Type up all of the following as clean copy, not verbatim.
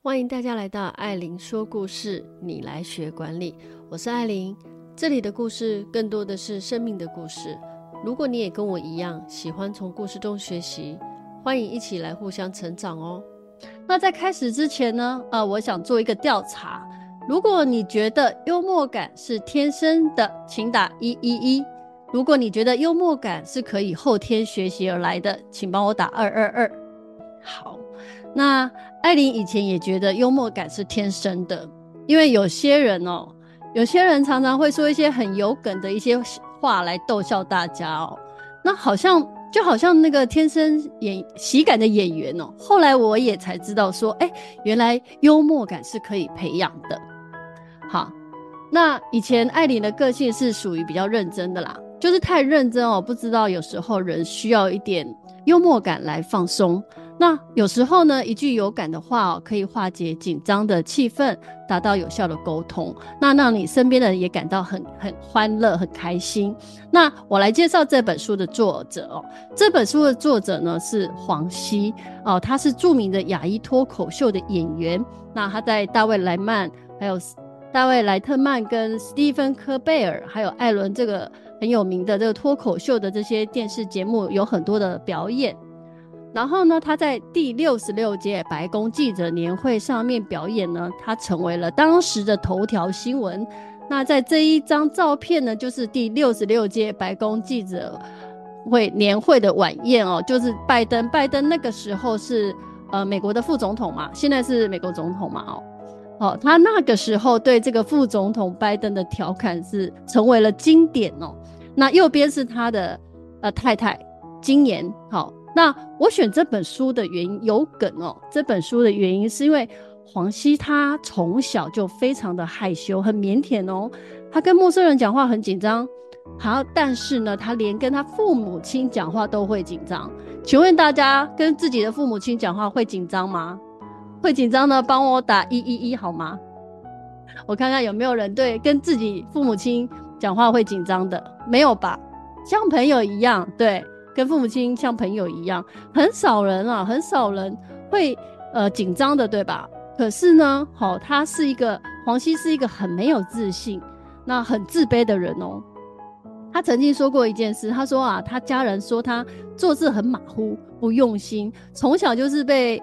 欢迎大家来到艾琳说故事，你来学管理。我是艾琳，这里的故事更多的是生命的故事。如果你也跟我一样喜欢从故事中学习，欢迎一起来互相成长哦。 那在开始之前呢，我想做一个调查。如果你觉得幽默感是天生的，请打111；如果你觉得幽默感是可以后天学习而来的，请帮我打222。好，那艾琳以前也觉得幽默感是天生的，因为有些人常常会说一些很有梗的一些话来逗笑大家哦。那就好像那个天生喜感的演员哦，后来我也才知道说，原来幽默感是可以培养的。好，那以前艾琳的个性是属于比较认真的啦，就是太认真哦，不知道有时候人需要一点幽默感来放松。那有时候呢，一句有感的话哦，可以化解紧张的气氛，达到有效的沟通，那让你身边的人也感到很欢乐、很开心。那我来介绍这本书的作者哦。这本书的作者呢是黄熙哦，他是著名的亚裔脱口秀的演员。那他在大卫莱曼、还有大卫莱特曼跟史蒂芬科贝尔还有艾伦这个很有名的这个脱口秀的这些电视节目有很多的表演。然后呢，他在第66届白宫记者年会上面表演呢，他成为了当时的头条新闻。那在这一张照片呢，就是第66届白宫记者会年会的晚宴哦，就是拜登那个时候是美国的副总统嘛，现在是美国总统嘛哦，他那个时候对这个副总统拜登的调侃是成为了经典哦。那右边是他的太太金妍。好，那我选这本书的原因有梗哦。这本书的原因是因为黄熙他从小就非常的害羞，很腼腆哦。他跟陌生人讲话很紧张，好，但是呢，他连跟他父母亲讲话都会紧张。请问大家跟自己的父母亲讲话会紧张吗？会紧张呢，帮我打111好吗？我看看有没有人对跟自己父母亲讲话会紧张的，没有吧？像朋友一样，对，跟父母亲像朋友一样，很少人会紧张的，对吧？可是呢，黄熙是一个很没有自信、那很自卑的人哦。他曾经说过一件事，他说啊，他家人说他做事很马虎、不用心，从小就是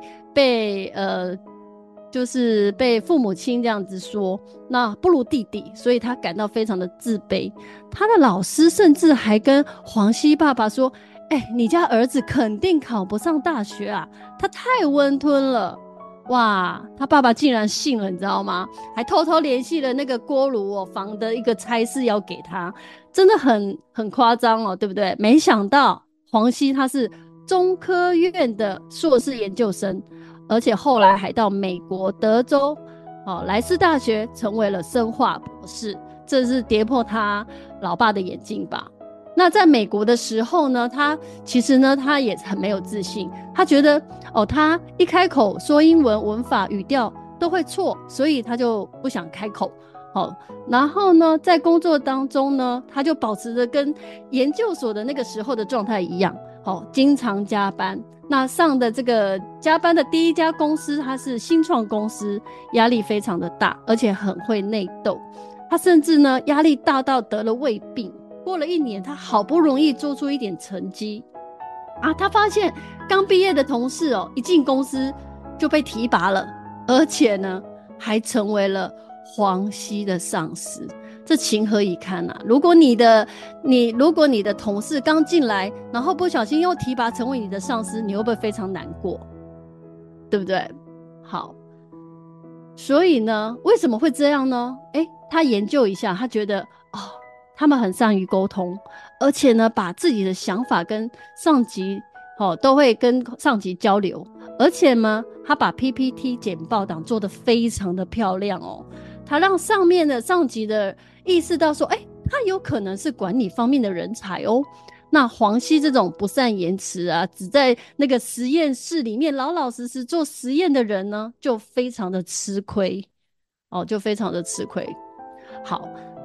被父母亲这样子说，那不如弟弟，所以他感到非常的自卑。他的老师甚至还跟黄熙爸爸说，你家儿子肯定考不上大学啊，他太温吞了。哇，他爸爸竟然信了，你知道吗？还偷偷联系了那个锅炉房的一个差事要给他，真的很夸张哦，对不对？没想到黄熙他是中科院的硕士研究生，而且后来还到美国德州莱斯大学成为了生化博士，这是跌破他老爸的眼镜吧。那在美国的时候呢，他其实呢他也很没有自信，他觉得他一开口说英文文法语调都会错，所以他就不想开口。然后呢在工作当中呢，他就保持着跟研究所的那个时候的状态一样，经常加班。那上的这个加班的第一家公司，它是新创公司，压力非常的大，而且很会内斗。他甚至呢压力大到得了胃病。过了1年，他好不容易做出一点成绩啊，他发现刚毕业的同事一进公司就被提拔了，而且呢还成为了黄熙的上司。这情何以堪啊？如果你的同事刚进来，然后不小心又提拔成为你的上司，你会不会非常难过？对不对？好，所以呢为什么会这样呢？他研究一下，他觉得他们很善于沟通，而且呢把自己的想法跟上级都会跟上级交流，而且呢他把 PPT 简报档做得非常的漂亮哦。他让上面的上级的意识到说，他有可能是管理方面的人才哦。那黄熙这种不善言辞啊，只在那个实验室里面老老实实做实验的人呢，就非常的吃亏。好，那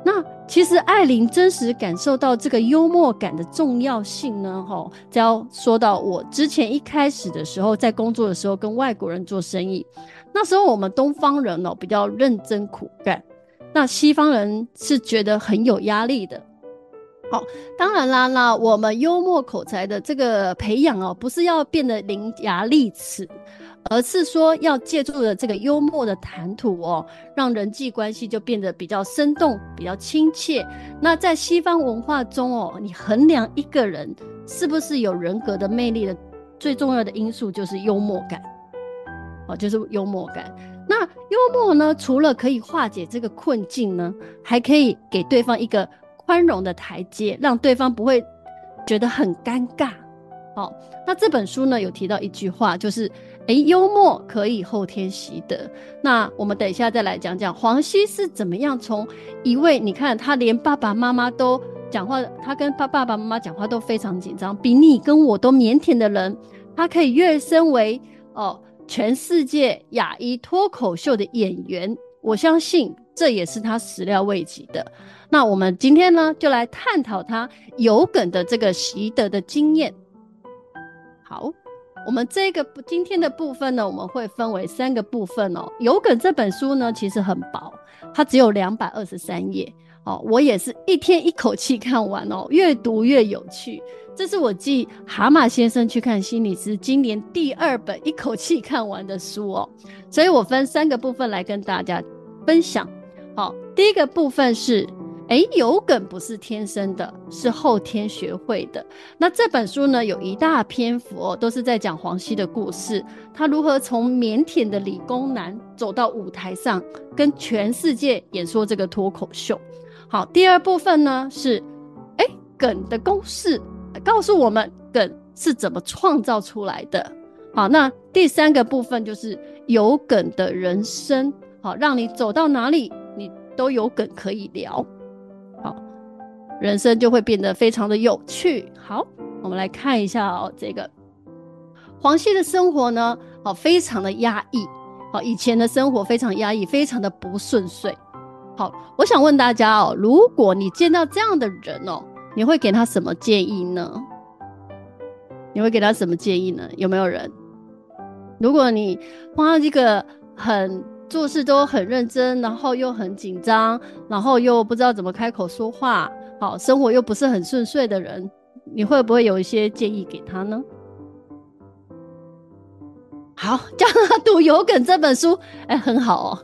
其实艾琳真实感受到这个幽默感的重要性呢，只要说到我之前一开始的时候，在工作的时候跟外国人做生意，那时候我们东方人比较认真苦干，那西方人是觉得很有压力的。当然啦，那我们幽默口才的这个培养不是要变得伶牙俐齿，而是说要借助了这个幽默的谈吐让人际关系就变得比较生动，比较亲切。那在西方文化中你衡量一个人是不是有人格的魅力的最重要的因素就是幽默感就是幽默感。那幽默呢，除了可以化解这个困境呢，还可以给对方一个宽容的台阶，让对方不会觉得很尴尬。那这本书呢有提到一句话，就是幽默可以后天习得。那我们等一下再来讲讲黄熙是怎么样从一位，你看他连爸爸妈妈都讲话，他跟爸爸妈妈讲话都非常紧张，比你跟我都腼腆的人，他可以跃升为全世界亚裔脱口秀的演员。我相信这也是他始料未及的。那我们今天呢就来探讨他有梗的这个习得的经验。好，我们今天的部分呢，我们会分为3个部分有梗这本书呢其实很薄，它只有223页我也是一天一口气看完越读越有趣。这是我继蛤蟆先生去看心理师今年第2本一口气看完的书所以我分3个部分来跟大家分享。第一个部分是有梗不是天生的，是后天学会的。那这本书呢有一大篇幅都是在讲黄熙的故事，他如何从腼腆的理工男走到舞台上跟全世界演说这个脱口秀。好，第2部分呢是梗的公式，告诉我们梗是怎么创造出来的。好，那第3个部分就是有梗的人生，好，让你走到哪里你都有梗可以聊，好，人生就会变得非常的有趣。好，我们来看一下这个黄熙的生活呢非常的压抑，以前的生活非常压抑，非常的不顺遂。好，我想问大家如果你见到这样的人你会给他什么建议呢？你会给他什么建议呢？有没有人？如果你碰到一个做事都很认真，然后又很紧张，然后又不知道怎么开口说话，好，生活又不是很顺遂的人，你会不会有一些建议给他呢？好，叫他读《有梗》这本书，很好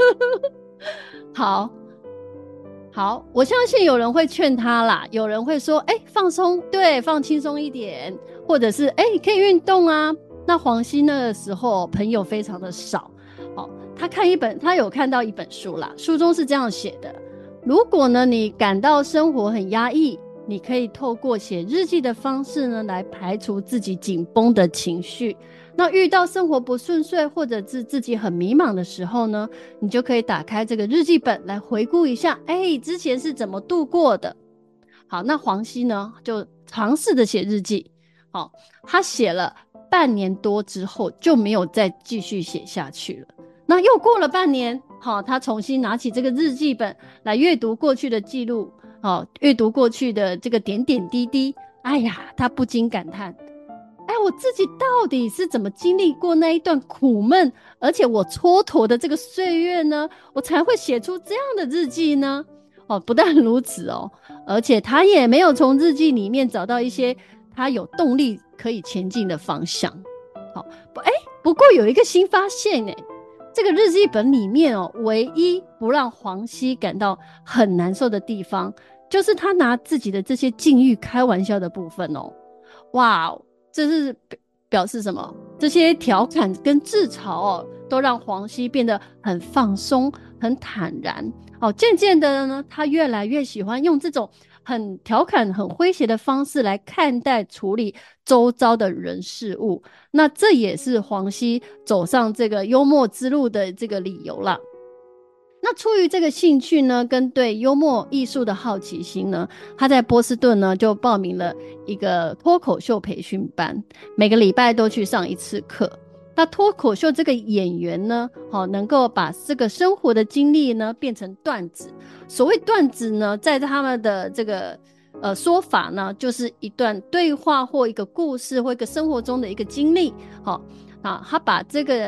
好，我相信有人会劝他啦，有人会说放松，对，放轻松一点，或者是可以运动啊。那黄熙那个时候朋友非常的少他有看到一本书啦，书中是这样写的：如果呢你感到生活很压抑，你可以透过写日记的方式呢来排除自己紧绷的情绪。那遇到生活不顺遂或者是自己很迷茫的时候呢，你就可以打开这个日记本来回顾一下之前是怎么度过的。好，那黄熙呢就尝试着写日记，他写了半年多之后就没有再继续写下去了。那又过了半年，他重新拿起这个日记本来阅读过去的记录，阅读过去的这个点点滴滴，他不禁感叹，我自己到底是怎么经历过那一段苦闷，而且我蹉跎的这个岁月呢，我才会写出这样的日记呢？不但如此而且他也没有从日记里面找到一些他有动力可以前进的方向。不过有一个新发现这个日记本里面唯一不让黄熙感到很难受的地方，就是他拿自己的这些境遇开玩笑的部分哇，这是表示什么？这些调侃跟自嘲都让黄熙变得很放松，很坦然。渐渐的呢，他越来越喜欢用这种很调侃、很诙谐的方式来看待、处理周遭的人事物。那这也是黄熙走上这个幽默之路的这个理由啦。那出于这个兴趣呢，跟对幽默艺术的好奇心呢，他在波士顿呢就报名了一个脱口秀培训班，每个礼拜都去上1次课。 那脱口秀这个演员呢，能够把这个生活的经历呢变成段子。所谓段子呢，在他们的这个说法呢，就是一段对话或一个故事或一个生活中的一个经历。他把这个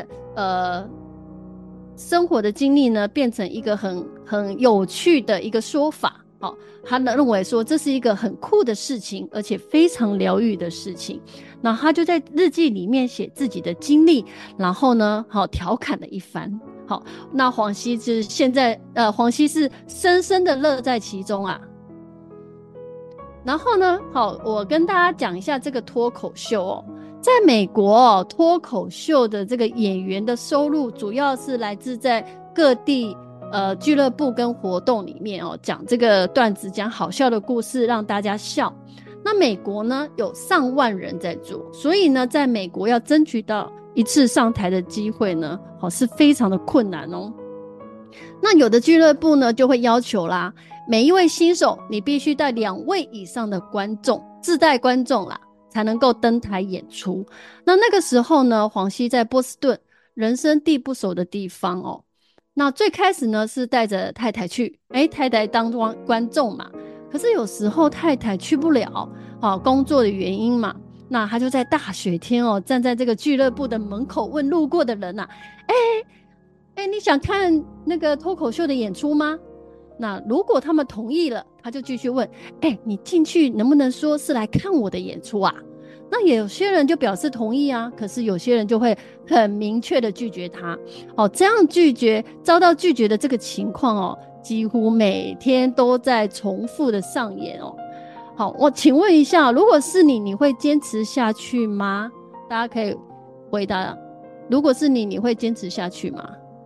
生活的经历呢变成一个很有趣的一个说法。他认为说这是一个很酷的事情，而且非常疗愈的事情。那他就在日记里面写自己的经历，然后呢调侃了一番。那黄西是现在黄西是深深的乐在其中啊。然后呢我跟大家讲一下这个脱口秀在美国脱口秀的这个演员的收入主要是来自在各地俱乐部跟活动里面讲这个段子，讲好笑的故事让大家笑。那美国呢有上万人在做，所以呢在美国要争取到一次上台的机会呢是非常的困难那有的俱乐部呢就会要求啦，每一位新手你必须带2位以上的观众，自带观众啦，才能够登台演出。那个时候呢，黄西在波士顿，人生地不熟的地方那最开始呢是带着太太去，太太当观众嘛，可是有时候太太去不了工作的原因嘛，那他就在大雪天站在这个俱乐部的门口问路过的人你想看那个脱口秀的演出吗？那如果他们同意了，他就继续问你进去能不能说是来看我的演出啊？那有些人就表示同意啊，可是有些人就会很明确的拒绝他这样遭到拒绝的这个情况几乎每天都在重复的上演好，我请问一下，如果是你会坚持下去吗？大家可以回答，如果是你会坚持下去吗？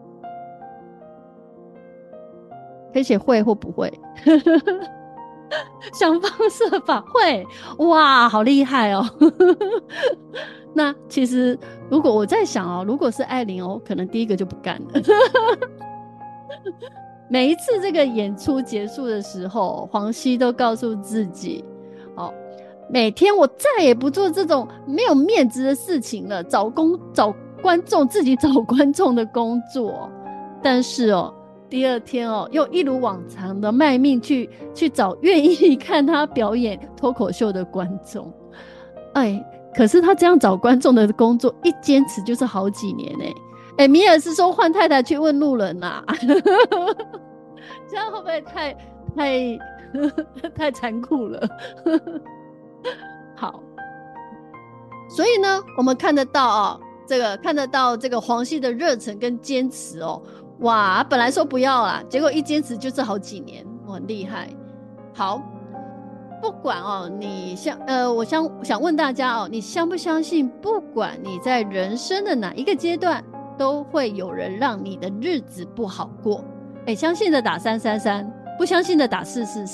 可以写会或不会想方设法会，哇好厉害那其实如果我在想如果是艾琳可能第一个就不干了每一次这个演出结束的时候，黄西都告诉自己每天我再也不做这种没有面子的事情了，找观众，自己找观众的工作。但是第二天又一如往常的卖命去找愿意看他表演脱口秀的观众。可是他这样找观众的工作一坚持就是好几年米尔是说换太太去问路人啊这样会不会太残酷了好，所以呢我们看得到这个黄西的热忱跟坚持哇，本来说不要啦，结果一坚持就是好几年，很厉害。好，不管你我想问大家你相不相信，不管你在人生的哪一个阶段，都会有人让你的日子不好过？相信的打333，不相信的打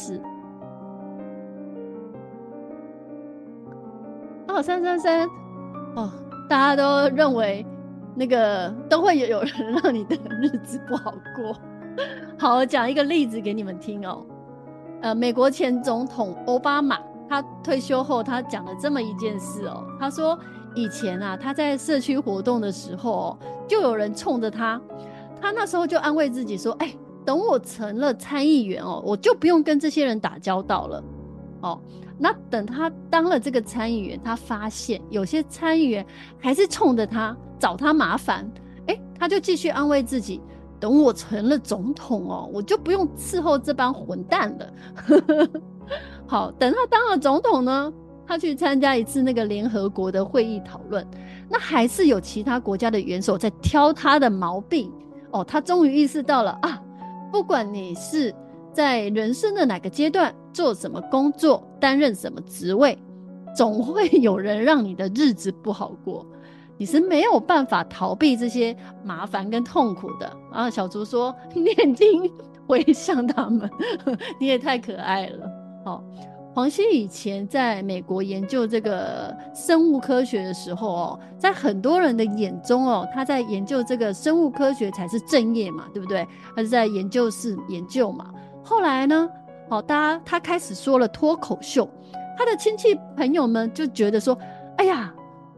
444。333大家都认为那个都会有人让你的日子不好过。好，我讲一个例子给你们听美国前总统奥巴马，他退休后他讲了这么一件事他说以前他在社区活动的时候就有人冲着他那时候就安慰自己说等我成了参议员我就不用跟这些人打交道了那等他当了这个参议员，他发现有些参议员还是冲着他找他麻烦他就继续安慰自己，等我成了总统我就不用伺候这帮混蛋了好，等他当了总统呢，他去参加一次那个联合国的会议讨论，那还是有其他国家的元首在挑他的毛病他终于意识到了不管你是在人生的哪个阶段做什么工作，担任什么职位，总会有人让你的日子不好过，你是没有办法逃避这些麻烦跟痛苦的小竹说念经回向他们你也太可爱了黄西以前在美国研究这个生物科学的时候在很多人的眼中他在研究这个生物科学才是正业嘛，对不对？他是在研究室研究嘛。后来呢他开始说了脱口秀，他的亲戚朋友们就觉得说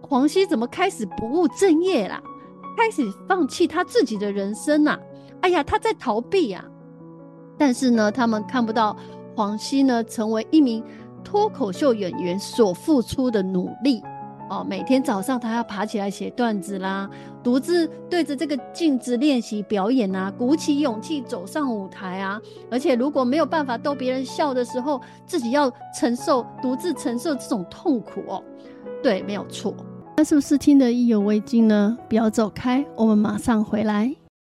黄熙怎么开始不务正业啦，开始放弃他自己的人生啊，哎呀，他在逃避啊。但是呢，他们看不到黄熙呢成为一名脱口秀演员所付出的努力哦。每天早上他要爬起来写段子啦，独自对着这个镜子练习表演啊，鼓起勇气走上舞台啊。而且如果没有办法逗别人笑的时候，自己要独自承受这种痛苦哦。对，没有错。 那是不是听得意犹未尽呢？不要走开，我们马上回来。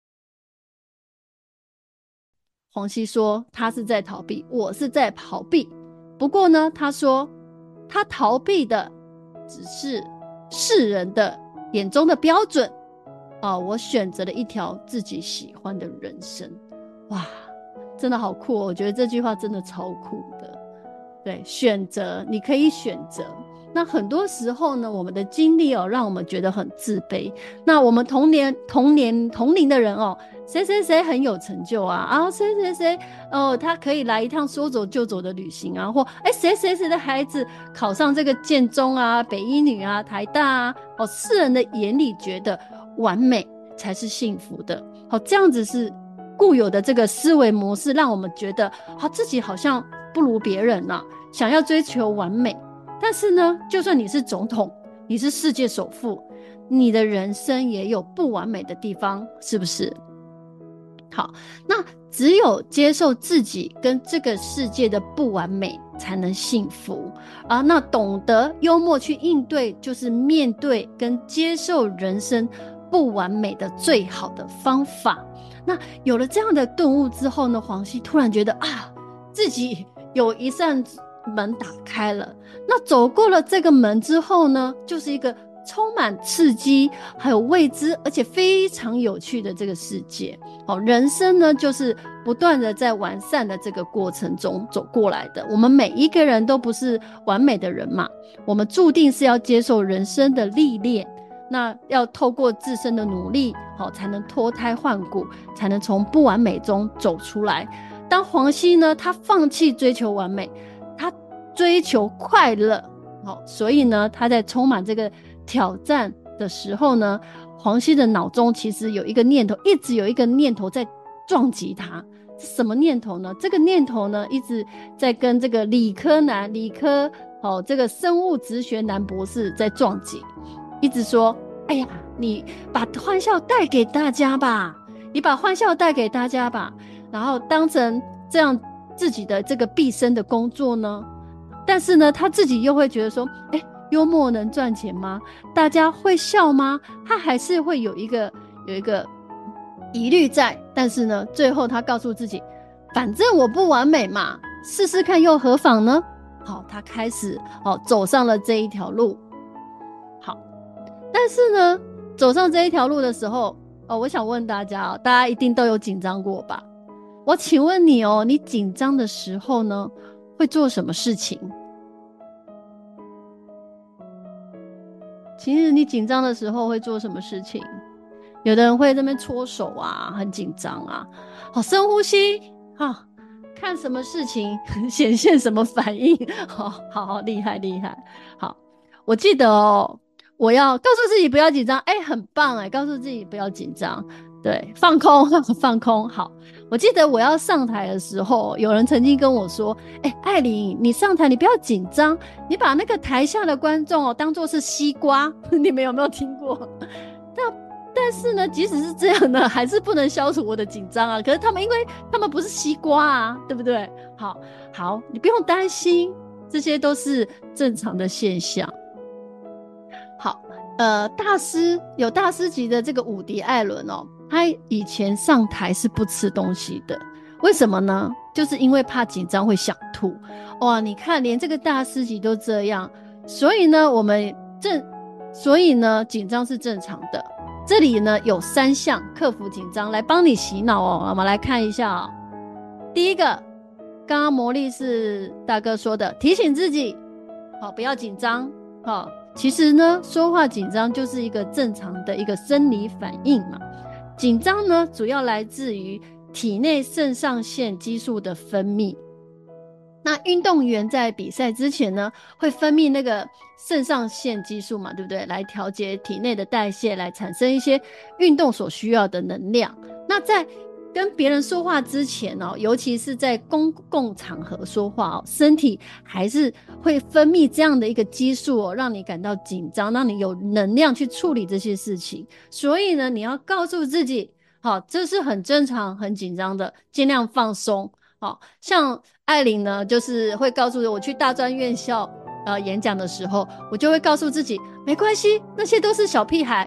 黄熙说他是在逃避，我是在逃避。不过呢，他说他逃避的只是世人的眼中的标准我选择了一条自己喜欢的人生。哇，真的好酷哦，我觉得这句话真的超酷的。对，选择，你可以选择。那很多时候呢，我们的经历让我们觉得很自卑。那我们同龄的人谁谁谁很有成就啊，谁谁谁他可以来一趟说走就走的旅行啊，或谁谁谁的孩子考上这个建中啊、北一女啊、台大啊，世人的眼里觉得完美才是幸福的。这样子是固有的这个思维模式，让我们觉得自己好像不如别人啊，想要追求完美。但是呢，就算你是总统，你是世界首富，你的人生也有不完美的地方，是不是？好，那只有接受自己跟这个世界的不完美，才能幸福啊。那懂得幽默去应对，就是面对跟接受人生不完美的最好的方法。那有了这样的顿悟之后呢，黄熙突然觉得自己有一扇门打开了。那走过了这个门之后呢，就是一个充满刺激还有未知而且非常有趣的这个世界。人生呢就是不断的在完善的这个过程中走过来的。我们每一个人都不是完美的人嘛，我们注定是要接受人生的历练，那要透过自身的努力才能脱胎换骨，才能从不完美中走出来。当黄熙呢，他放弃追求完美，他追求快乐所以呢，他在充满这个挑战的时候呢，黄熙的脑中其实有一个念头，一直有一个念头在撞击他。什么念头呢？这个念头呢，一直在跟这个理科这个生物质学男博士在撞击，一直说哎呀，你把欢笑带给大家吧，你把欢笑带给大家吧，然后当成这样自己的这个毕生的工作呢。但是呢，他自己又会觉得说幽默能赚钱吗？大家会笑吗？他还是会有一个疑虑在。但是呢，最后他告诉自己，反正我不完美嘛，试试看又何妨呢？好，他开始走上了这一条路。好，但是呢，走上这一条路的时候我想问大家大家一定都有紧张过吧？我请问你你紧张的时候呢，会做什么事情？其实你紧张的时候会做什么事情？有的人会在那边搓手啊，很紧张啊，深呼吸看什么事情显现什么反应，好厉害。好，我记得我要告诉自己不要紧张，很棒告诉自己不要紧张，对，放空放空。好，我记得我要上台的时候，有人曾经跟我说艾琳，你上台你不要紧张，你把那个台下的观众当作是西瓜你们有没有听过？但是呢，即使是这样呢，还是不能消除我的紧张啊。可是因为他们不是西瓜啊，对不对？好，你不用担心，这些都是正常的现象。好，有大师级的这个伍迪·艾伦他以前上台是不吃东西的，为什么呢？就是因为怕紧张会想吐。哇，你看连这个大师级都这样，所以呢紧张是正常的。这里呢有3项克服紧张来帮你洗脑我们来看一下第一个，刚刚魔力是大哥说的，提醒自己不要紧张其实呢，说话紧张就是一个正常的一个生理反应嘛。紧张呢，主要来自于体内肾上腺激素的分泌那运动员在比赛之前呢，会分泌那个肾上腺激素嘛，对不对？来调节体内的代谢，来产生一些运动所需要的能量。那在跟别人说话之前哦，尤其是在公共场合说话哦，身体还是会分泌这样的一个激素哦，让你感到紧张，让你有能量去处理这些事情。所以呢，你要告诉自己，好，这是很正常、很紧张的，尽量放松。像艾琳呢，就是会告诉我去大专院校演讲的时候，我就会告诉自己，没关系，那些都是小屁孩，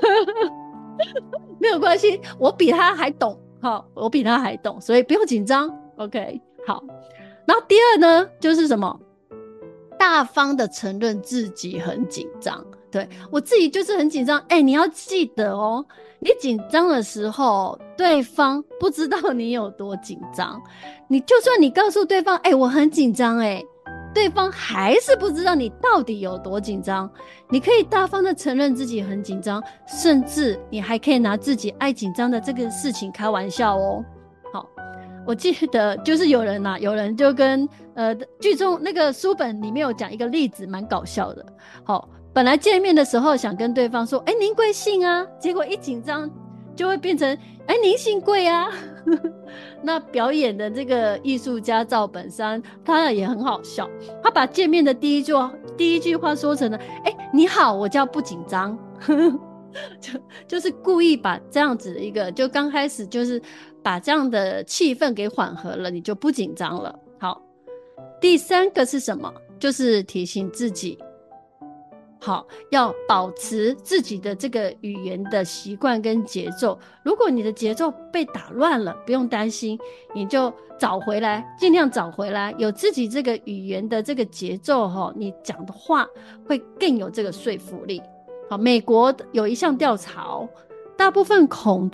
没有关系，我比他还懂，我比他还懂，所以不用紧张。OK， 好。然后第二呢，就是什么？大方的承认自己很紧张。对，我自己就是很紧张。你要记得哦，你紧张的时候，对方不知道你有多紧张。你就算你告诉对方，我很紧张，对方还是不知道你到底有多紧张。你可以大方的承认自己很紧张，甚至你还可以拿自己爱紧张的这个事情开玩笑哦。好，我记得就是有人就跟剧中那个书本里面有讲一个例子，蛮搞笑的。好，本来见面的时候想跟对方说，您贵姓啊？结果一紧张就会变成，您姓贵啊。那表演的这个艺术家赵本山，他也很好笑，他把见面的第一句话说成了，你好，我叫不紧张。就是故意把这样子的一个，就刚开始就是把这样的气氛给缓和了，你就不紧张了。好，第三个是什么？就是提醒自己，好，要保持自己的这个语言的习惯跟节奏。如果你的节奏被打乱了，不用担心，你就找回来，尽量找回来，有自己这个语言的这个节奏，你讲的话会更有这个说服力。好，美国有一项调查，大部分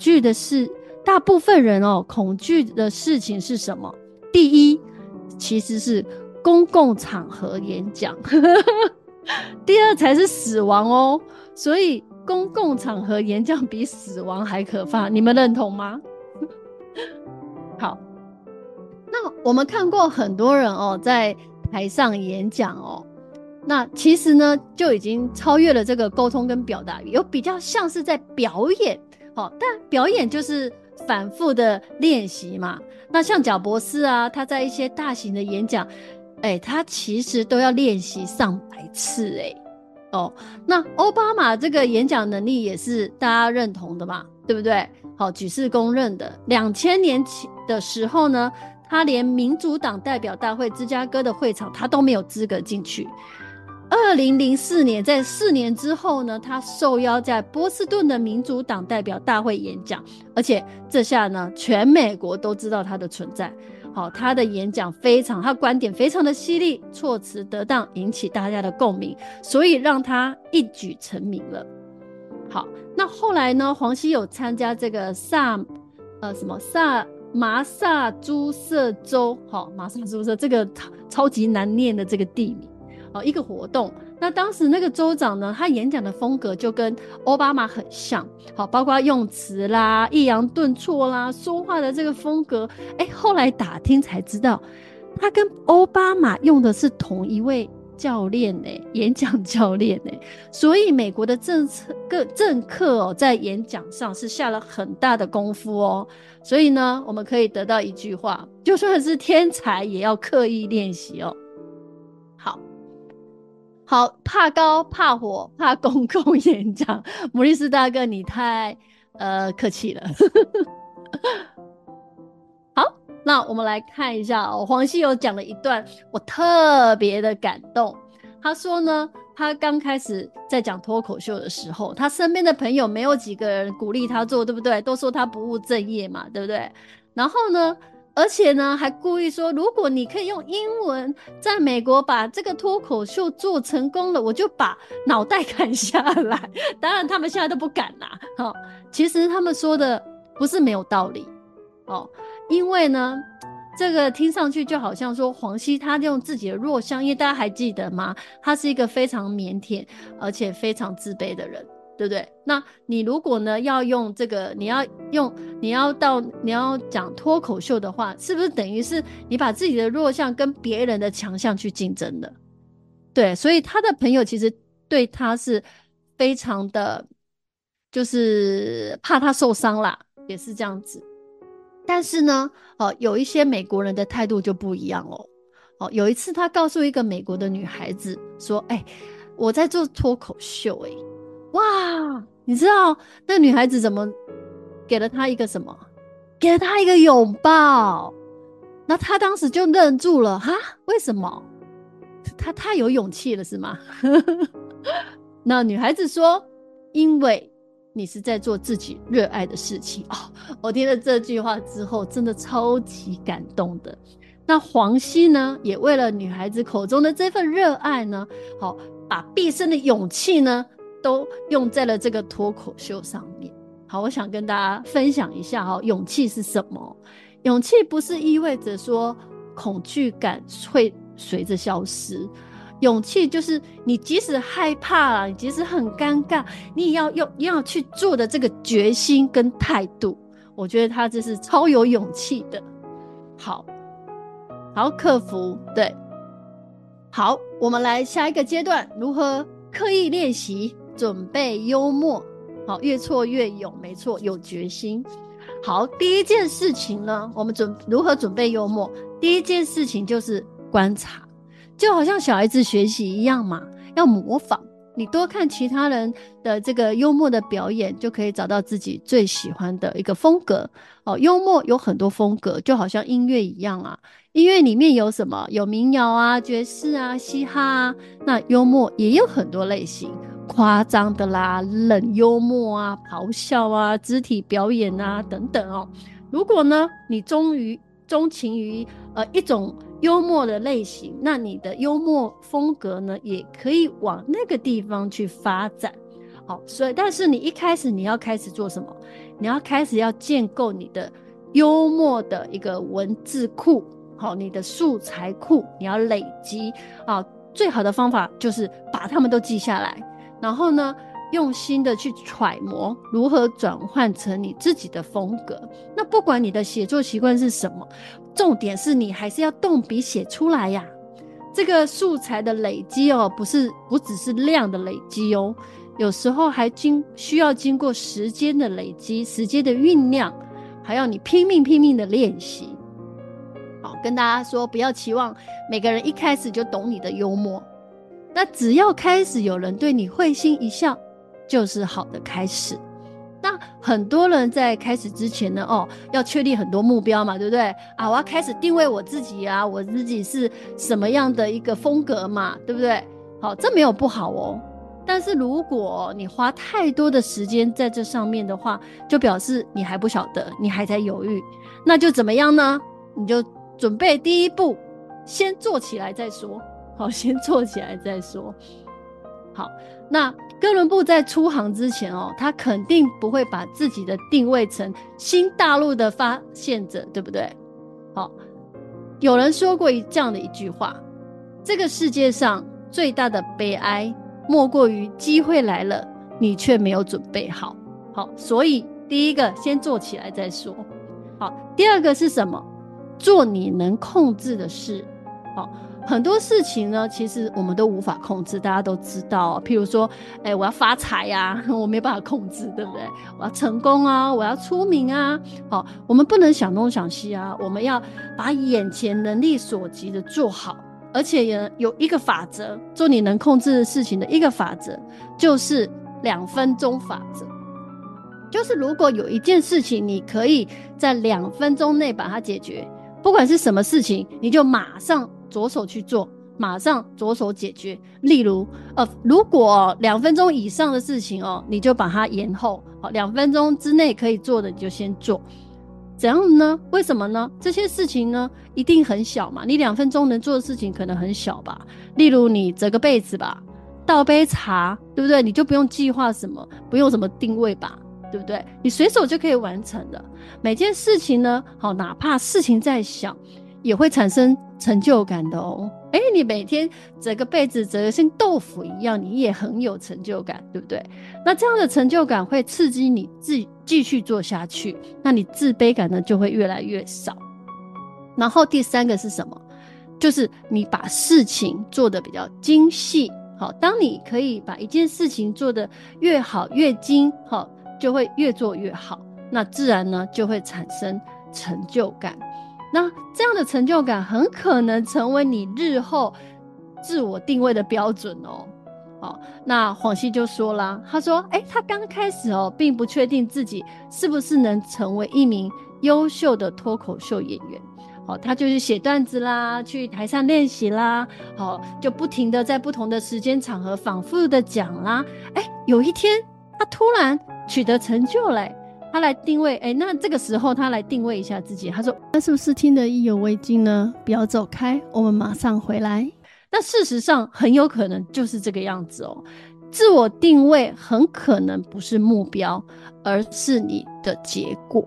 人恐惧的事情是什么？第一，其实是公共场合演讲。第二才是死亡哦，所以公共场合演讲比死亡还可怕，你们认同吗？好，那我们看过很多人在台上演讲那其实呢就已经超越了这个沟通跟表达语，有比较像是在表演但表演就是反复的练习嘛。那像贾伯斯啊，他在一些大型的演讲他其实都要练习上百次那奥巴马这个演讲能力也是大家认同的嘛，对不对？好，举世公认的。2000年的时候呢，他连民主党代表大会芝加哥的会场他都没有资格进去。2004年，在4年之后呢，他受邀在波士顿的民主党代表大会演讲，而且这下呢，全美国都知道他的存在。好，他的演讲他观点非常的犀利，措辞得当，引起大家的共鸣，所以让他一举成名了。好，那后来呢，黄熙有参加这个麻萨诸塞州，麻萨诸塞这个超级难念的这个地名，一个活动。那当时那个州长呢，他演讲的风格就跟奥巴马很像，包括用词啦、抑扬顿挫啦、说话的这个风格。后来打听才知道，他跟奥巴马用的是同一位教练演讲教练所以美国的政客在演讲上是下了很大的功夫所以呢，我们可以得到一句话，就算是天才也要刻意练习好，怕高怕火怕公共演讲，摩利斯大哥你太客气了。好，那我们来看一下黄熙有讲了一段我特别的感动。他说呢，他刚开始在讲脱口秀的时候，他身边的朋友没有几个人鼓励他做，对不对？都说他不务正业嘛，对不对？然后呢，而且呢还故意说，如果你可以用英文在美国把这个脱口秀做成功了，我就把脑袋砍下来。当然他们现在都不敢啦其实他们说的不是没有道理因为呢这个听上去就好像说黄熙他用自己的弱项，因为大家还记得吗？他是一个非常腼腆而且非常自卑的人对不对？那你如果呢要用这个，你要讲脱口秀的话，是不是等于是你把自己的弱项跟别人的强项去竞争的？对，所以他的朋友其实对他是非常的，就是怕他受伤啦，也是这样子。但是呢，有一些美国人的态度就不一样哦。有一次他告诉一个美国的女孩子说：我在做脱口秀。哇，你知道那女孩子怎么给了他一个什么？给了他一个拥抱。那他当时就愣住了，哈，为什么？他太有勇气了是吗？那女孩子说，因为你是在做自己热爱的事情。我听了这句话之后真的超级感动的。那黄熙呢也为了女孩子口中的这份热爱呢，把毕生的勇气呢都用在了这个脱口秀上面。好，我想跟大家分享一下勇气是什么。勇气不是意味着说恐惧感会随着消失，勇气就是你即使害怕了，你即使很尴尬，你也要去做的这个决心跟态度。我觉得他这是超有勇气的。好，克服。对，好，我们来下一个阶段，如何刻意练习准备幽默。好，越挫越勇，没错，有决心。好，第一件事情呢，我们如何准备幽默？第一件事情就是观察，就好像小孩子学习一样嘛，要模仿。你多看其他人的这个幽默的表演，就可以找到自己最喜欢的一个风格。幽默有很多风格，就好像音乐一样啊。音乐里面有什么？有民谣啊、爵士啊、嘻哈啊。那幽默也有很多类型，夸张的啦、冷幽默啊、咆哮啊、肢体表演啊等等哦。如果呢，你钟情于一种幽默的类型，那你的幽默风格呢，也可以往那个地方去发展。好，所以但是你一开始你要开始做什么？你要开始要建构你的幽默的一个文字库，好，你的素材库，你要累积啊。最好的方法就是把它们都记下来，然后呢，用心的去揣摩如何转换成你自己的风格。那不管你的写作习惯是什么，重点是你还是要动笔写出来呀。这个素材的累积不只是量的累积哦，有时候还需要经过时间的累积，时间的酝酿，还要你拼命的练习。好，跟大家说，不要期望每个人一开始就懂你的幽默，那只要开始有人对你会心一笑，就是好的开始。那很多人在开始之前呢，要确立很多目标嘛，对不对啊？我要开始定位我自己啊，我自己是什么样的一个风格嘛，对不对？好，这没有不好哦。但是如果你花太多的时间在这上面的话，就表示你还不晓得，你还在犹豫。那就怎么样呢？你就准备第一步，先做起来再说。好，先做起来再说。好，那哥伦布在出航之前他肯定不会把自己的定位成新大陆的发现者，对不对？好，有人说过这样的一句话：这个世界上最大的悲哀，莫过于机会来了，你却没有准备好。好，所以第一个先做起来再说。好，第二个是什么？做你能控制的事。好，很多事情呢，其实我们都无法控制，大家都知道譬如说我要发财啊，我没办法控制，对不对？我要成功啊，我要出名啊。好，我们不能想东想西啊，我们要把眼前能力所及的做好。而且有一个法则，做你能控制的事情的一个法则，就是2分钟法则。就是如果有一件事情你可以在2分钟内把它解决，不管是什么事情，你就马上着手去做，马上着手解决。例如如果2分钟以上的事情你就把它延后。好，2分钟之内可以做的你就先做。怎样呢？为什么呢？这些事情呢一定很小嘛，你2分钟能做的事情可能很小吧。例如你折个被子吧，倒杯茶，对不对？你就不用计划什么，不用什么定位吧，对不对？你随手就可以完成的。每件事情呢，好，哪怕事情再小， 也会产生成就感的哦。你每天折个被子折得像豆腐一样，你也很有成就感，对不对？那这样的成就感会刺激你继续做下去，那你自卑感呢就会越来越少。然后第三个是什么？就是你把事情做得比较精细。好，当你可以把一件事情做得越好越精，好，就会越做越好，那自然呢就会产生成就感。那这样的成就感很可能成为你日后自我定位的标准哦。那黄熙就说啦，他说他刚开始并不确定自己是不是能成为一名优秀的脱口秀演员。他就是写段子啦，去台上练习啦，就不停的在不同的时间场合反复的讲啦。有一天他突然取得成就了，他来定位，那这个时候他来定位一下自己，他说那是不是听得意犹未尽呢？不要走开，我们马上回来。 那事实上很有可能就是这个样子哦。自我定位很可能不是目标，而是你的结果，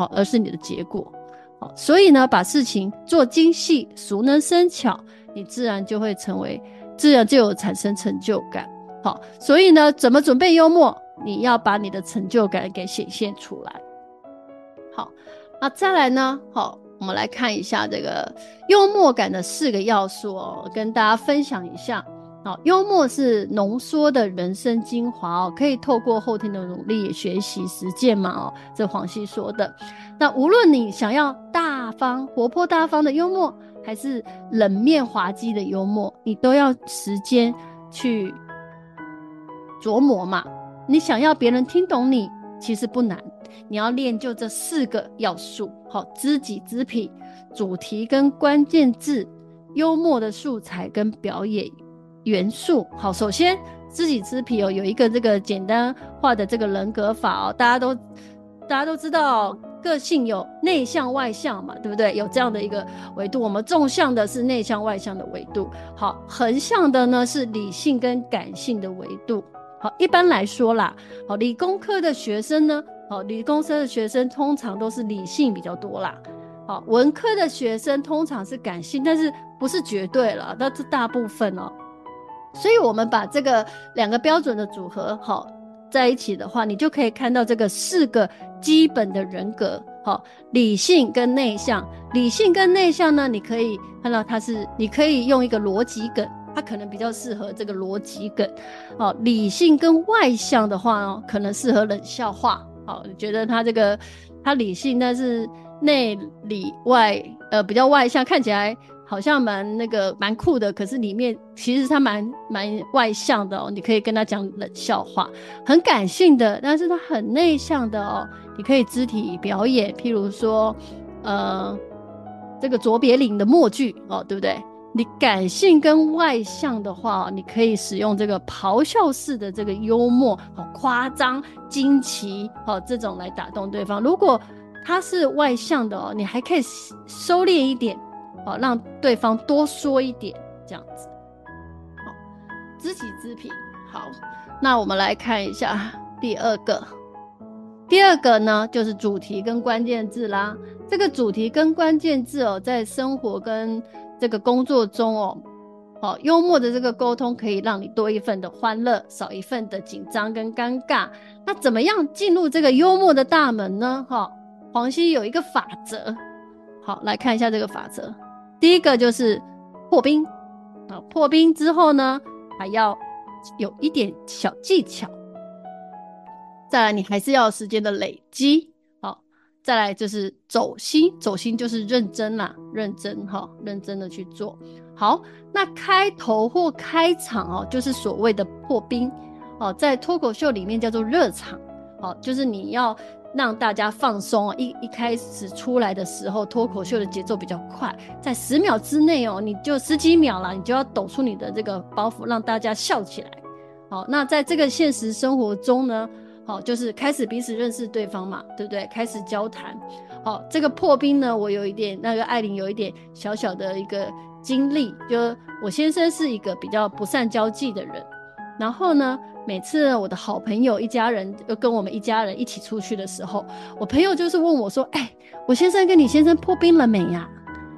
所以呢，把事情做精细，熟能生巧，你自然就有产生成就感。所以呢，怎么准备幽默？你要把你的成就感给显现出来。好，那再来呢？我们来看一下这个幽默感的4个要素跟大家分享一下。幽默是浓缩的人生精华可以透过后天的努力、学习、实践嘛这黄熙说的。那无论你想要活泼大方的幽默，还是冷面滑稽的幽默，你都要时间去琢磨嘛。你想要别人听懂你，其实不难，你要练就这4个要素，知己知彼，主题跟关键字，幽默的素材跟表演元素。好，首先知己知彼有一个这个简单化的这个人格法大家都知道个性有内向外向嘛，对不对？有这样的一个维度，我们纵向的是内向外向的维度，好，横向的呢是理性跟感性的维度。好，一般来说啦，理工科的学生呢，理工科的学生通常都是理性比较多啦。文科的学生通常是感性，但是不是绝对了，那是大部分所以我们把这个2个标准的组合在一起的话，你就可以看到这个4个基本的人格。理性跟内向，理性跟内向呢，你可以看到你可以用一个逻辑梗，它可能比较适合这个逻辑梗。理性跟外向的话可能适合冷笑话。觉得他理性，但是内里外比较外向，看起来好像蛮酷的，可是里面其实他蛮外向的你可以跟他讲冷笑话。很感性的，但是他很内向的你可以肢体表演，譬如说这个卓别林的默剧对不对？你感性跟外向的话，你可以使用这个咆哮式的这个幽默，夸张惊奇这种来打动对方。如果他是外向的你还可以收敛一点让对方多说一点，这样子。知己知彼。好，那我们来看一下第二个呢，就是主题跟关键字啦。这个主题跟关键字在生活跟这个工作中幽默的这个沟通可以让你多一份的欢乐，少一份的紧张跟尴尬。那怎么样进入这个幽默的大门呢？黄熙有一个法则。好，来看一下这个法则。第一个就是破冰。破冰之后呢，还要有一点小技巧。再来，你还是要有时间的累积。再来就是走心，走心就是认真啦，认真的去做。好，那开头或开场就是所谓的破冰在脱口秀里面叫做热场就是你要让大家放松一开始出来的时候，脱口秀的节奏比较快，在10秒之内你就10几秒啦，你就要抖出你的这个包袱，让大家笑起来。好，那在这个现实生活中呢，就是开始彼此认识对方嘛，对不对？开始交谈。这个破冰呢，我有一点艾琳有一点小小的一个经历，就我先生是一个比较不善交际的人，然后呢，每次我的好朋友一家人跟我们一家人一起出去的时候，我朋友就是问我说：“我先生跟你先生破冰了没呀？”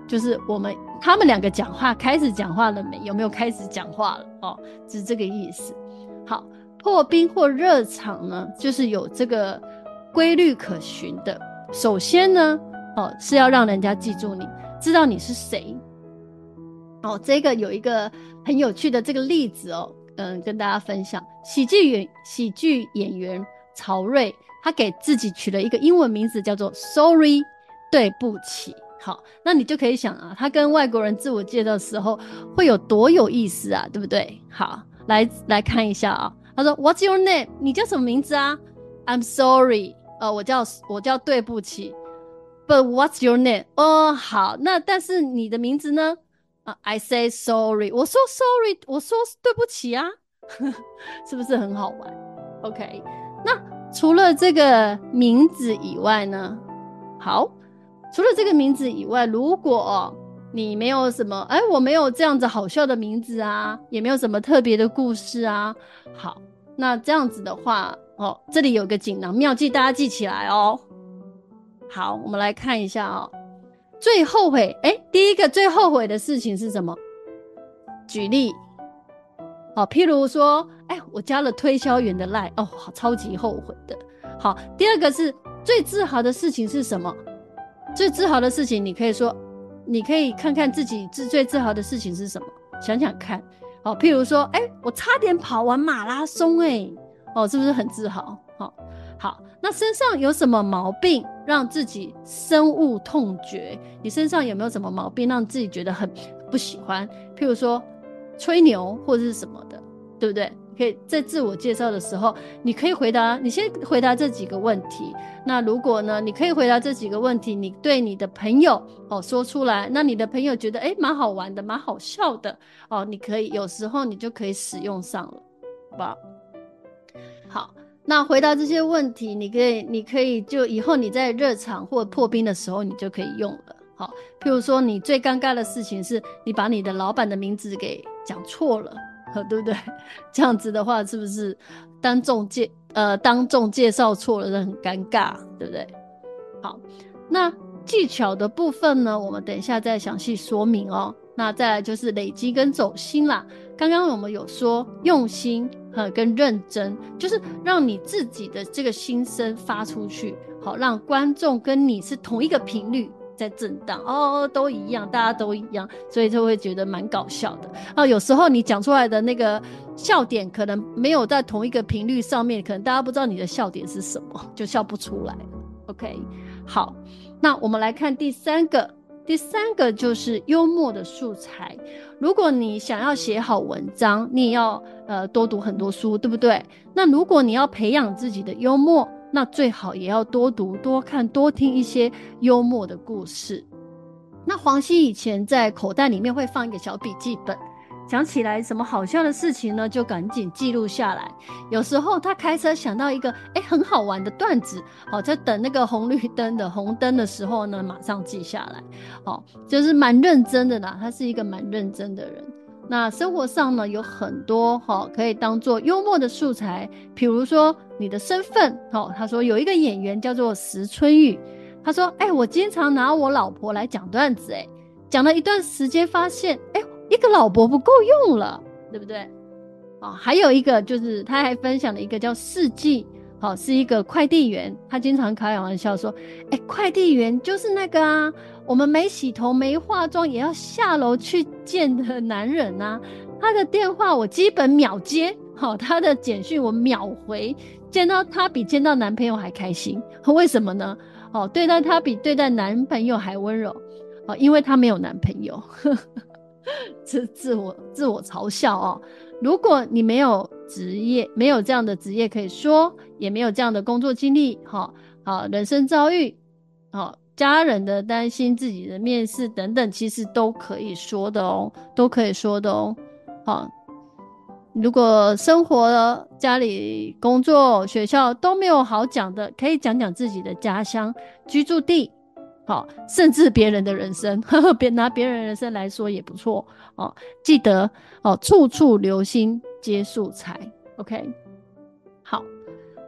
就是他们两个讲话开始讲话了没？有没有开始讲话了？哦，是这个意思。好，破冰或热场呢，就是有这个规律可循的。首先呢，是要让人家记住你，知道你是谁。这个有一个很有趣的这个例子跟大家分享。喜剧演员曹睿，他给自己取了一个英文名字叫做 Sorry， 对不起。好，那你就可以想啊，他跟外国人自我介绍的时候会有多有意思啊，对不对？好，来看一下啊。他说 What's your name？ 你叫什么名字啊？ I'm sorry， 我叫对不起。 But what's your name？ 好，那但是你的名字呢？I say sorry， 我说 sorry， 我说对不起啊。是不是很好玩？ OK， 那除了这个名字以外呢，除了这个名字以外，如果你没有什么我没有这样子好笑的名字啊，也没有什么特别的故事啊，好，那这样子的话这里有个锦囊妙计，大家记起来哦。好，我们来看一下最后悔第一个最后悔的事情是什么？举例譬如说我加了推销员的 LINE， 超级后悔的。好，第二个是最自豪的事情是什么？最自豪的事情你可以说，你可以看看自己最自豪的事情是什么，想想看。譬如说我差点跑完马拉松是不是很自豪？好，那身上有什么毛病让自己深恶痛绝？你身上有没有什么毛病让自己觉得很不喜欢？譬如说吹牛或者是什么的，对不对？你可以在自我介绍的时候，你可以你先回答这几个问题。那如果呢，你可以回答这几个问题，你对你的朋友说出来，那你的朋友觉得蛮好玩的，蛮好笑的你可以有时候你就可以使用上了，好不好？好，那回答这些问题，你可以就以后你在热场或破冰的时候，你就可以用了。好，譬如说你最尴尬的事情是你把你的老板的名字给讲错了，对不对？这样子的话是不是当众介绍错了很尴尬，对不对？好，那技巧的部分呢，我们等一下再详细说明那再来就是累积跟走心啦。刚刚我们有说用心跟认真，就是让你自己的这个心声发出去，好，让观众跟你是同一个频率在震荡都一样，大家都一样，所以就会觉得蛮搞笑的有时候你讲出来的那个笑点可能没有在同一个频率上面，可能大家不知道你的笑点是什么，就笑不出来。 OK， 好，那我们来看第三个就是幽默的素材。如果你想要写好文章，你也要多读很多书，对不对？那如果你要培养自己的幽默，那最好也要多读多看多听一些幽默的故事。那黄熙以前在口袋里面会放一个小笔记本，想起来什么好笑的事情呢，就赶紧记录下来。有时候他开车想到一个很好玩的段子，在等那个红灯的时候呢，马上记下来。就是蛮认真的啦，他是一个蛮认真的人。那生活上呢，有很多可以当做幽默的素材，比如说你的身份他说有一个演员叫做石春玉，他说我经常拿我老婆来讲段子，讲了一段时间发现一个老婆不够用了，对不对？还有一个就是他还分享了一个叫世纪，是一个快递员，他经常开玩笑说快递员就是那个啊，我们没洗头没化妆也要下楼去见的男人啊，他的电话我基本秒接，他的简讯我秒回，见到他比见到男朋友还开心。为什么呢？对待他比对待男朋友还温柔，因为他没有男朋友。自我嘲笑如果你没有职业，没有这样的职业可以说，也没有这样的工作经历人生遭遇家人的担心，自己的面试等等，其实都可以说的都可以说的如果生活家里工作学校都没有好讲的，可以讲讲自己的家乡居住地甚至别人的人生拿别人的人生来说也不错记得处处留心皆素材。 OK， 好，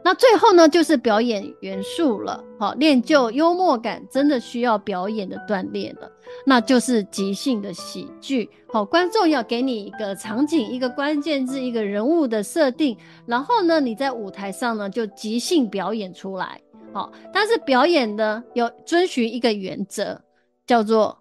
那最后呢，就是表演元素了。好，练就幽默感真的需要表演的锻炼了，那就是即兴的喜剧。好，观众要给你一个场景、一个关键字、一个人物的设定，然后呢，你在舞台上呢就即兴表演出来。好，但是表演呢有遵循一个原则，叫做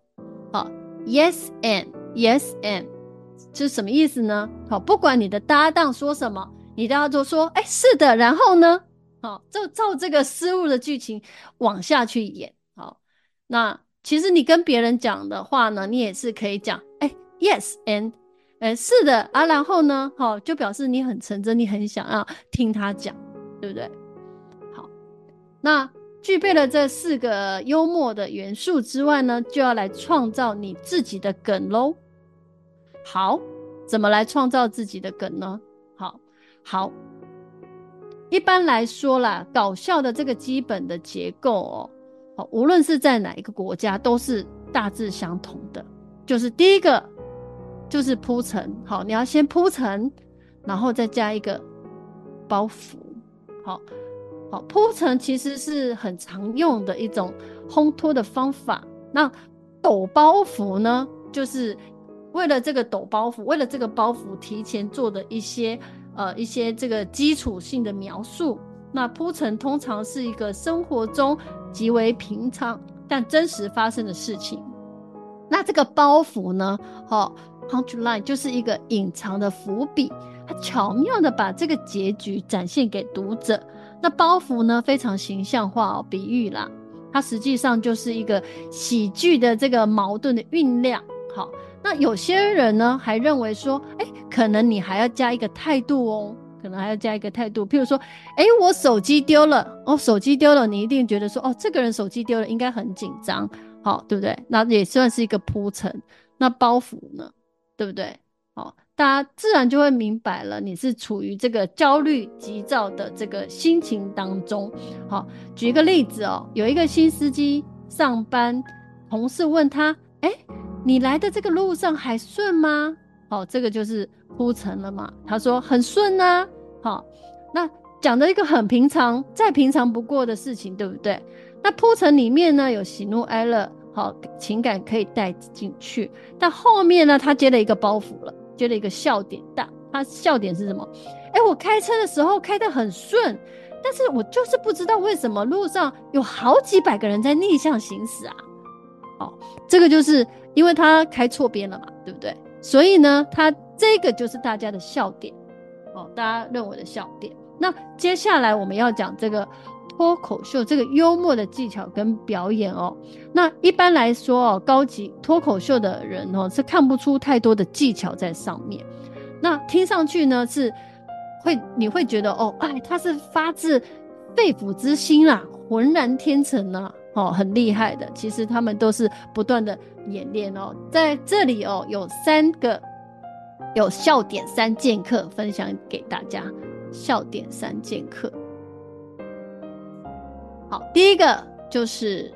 yes and yes and， 这是什么意思呢？好，不管你的搭档说什么，你都要说是的，然后呢就照这个思路的剧情往下去演。好，那其实你跟别人讲的话呢，你也是可以讲yes and 是的啊，然后呢就表示你很诚真，你很想要听他讲，对不对？好，那具备了这4个幽默的元素之外呢，就要来创造你自己的梗咯。好，怎么来创造自己的梗呢？好，一般来说啦，搞笑的这个基本的结构无论是在哪一个国家都是大致相同的，就是第一个就是铺陈。好，你要先铺陈，然后再加一个包袱。好，铺陈其实是很常用的一种烘托的方法。那抖包袱呢，就是为了这个抖包袱，为了这个包袱提前做的一些这个基础性的描述。那铺陈通常是一个生活中极为平常但真实发生的事情。那这个包袱呢punchline 就是一个隐藏的伏笔，它巧妙的把这个结局展现给读者。那包袱呢非常形象化比喻啦，它实际上就是一个喜剧的这个矛盾的酝酿。好，那有些人呢还认为说可能你还要加一个态度可能还要加一个态度，譬如说我手机丢了手机丢了，你一定觉得说这个人手机丢了应该很紧张，好，对不对？那也算是一个铺陈。那包袱呢，对不对？大家自然就会明白了，你是处于这个焦虑急躁的这个心情当中。好，举一个例子有一个新司机上班，同事问他你来的这个路上还顺吗？这个就是铺陈了嘛。他说很顺啊。那讲的一个很平常再平常不过的事情，对不对？那铺陈里面呢有喜怒哀乐，情感可以带进去，但后面呢他接了一个包袱了，接了一个笑点。他笑点是什么？我开车的时候开得很顺，但是我就是不知道为什么路上有好几百个人在逆向行驶啊。这个就是因为他开错边了嘛，对不对？所以呢他这个就是大家的笑点大家认为的笑点。那接下来我们要讲这个脱口秀这个幽默的技巧跟表演那一般来说高级脱口秀的人是看不出太多的技巧在上面。那听上去呢你会觉得他是发自肺腑之心啦，浑然天成啦，很厉害的。其实他们都是不断的演练在这里有3个有笑点3剑客分享给大家。笑点3剑客，好，第一个就是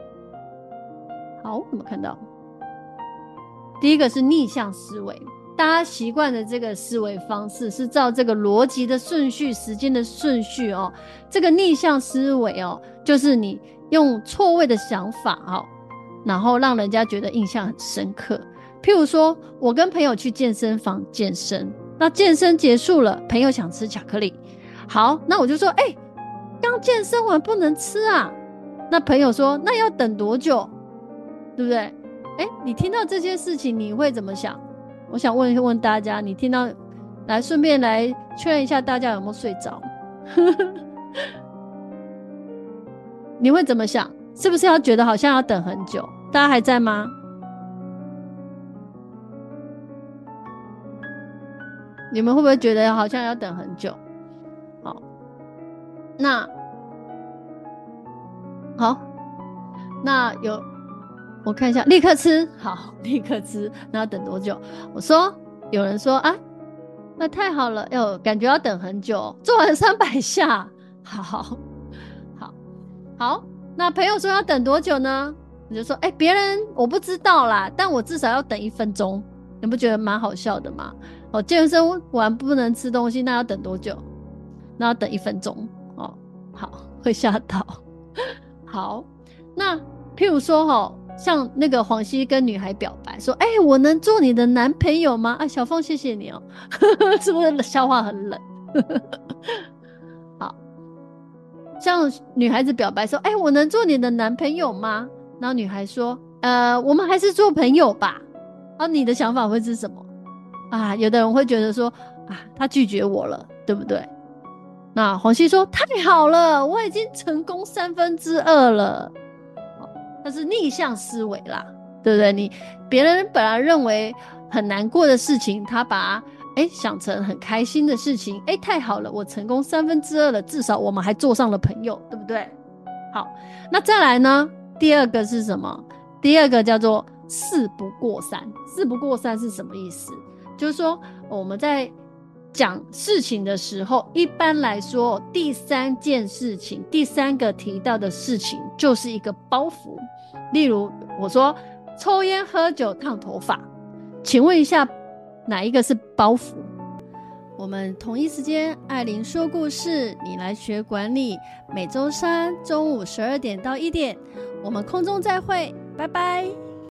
有没有看到？第一个是逆向思维。大家习惯的这个思维方式是照这个逻辑的顺序、时间的顺序这个逆向思维就是你用错位的想法然后让人家觉得印象很深刻。譬如说我跟朋友去健身房健身，那健身结束了，朋友想吃巧克力，好，那我就说刚健身完不能吃啊。那朋友说那要等多久，对不对？你听到这些事情你会怎么想？我想问大家，你听到来顺便来确认一下大家有没有睡着你会怎么想？是不是要觉得好像要等很久？大家还在吗？你们会不会觉得好像要等很久？那我看一下，立刻吃，好，立刻吃，那要等多久？有人说那太好了，感觉要等很久，做完300下，好，那朋友说要等多久呢？你就说别人我不知道啦，但我至少要等1分钟。你不觉得蛮好笑的吗？健身完不能吃东西，那要等多久？那要等1分钟好，会吓到。好，那譬如说像那个黄熙跟女孩表白说，我能做你的男朋友吗？小凤谢谢你是不是笑话很冷？好，像女孩子表白说，我能做你的男朋友吗？然后女孩说，我们还是做朋友吧。你的想法会是什么？有的人会觉得说，他拒绝我了，对不对？那黄熙说，太好了，我已经成功2/3了。那是逆向思维啦，对不对？别人本来认为很难过的事情，他把它想成很开心的事情，太好了，我成功2/3了，至少我们还做上了朋友，对不对？好，那再来呢？第二个是什么？第二个叫做事不过三。事不过三是什么意思？就是说我们在讲事情的时候，一般来说第3件事情，第3个提到的事情就是一个包袱。例如我说抽烟喝酒烫头发，请问一下哪一个是包袱？ 我们同一时间艾琳说故事，你来学管理，每周3中午12点到1点，我们空中再会，拜拜。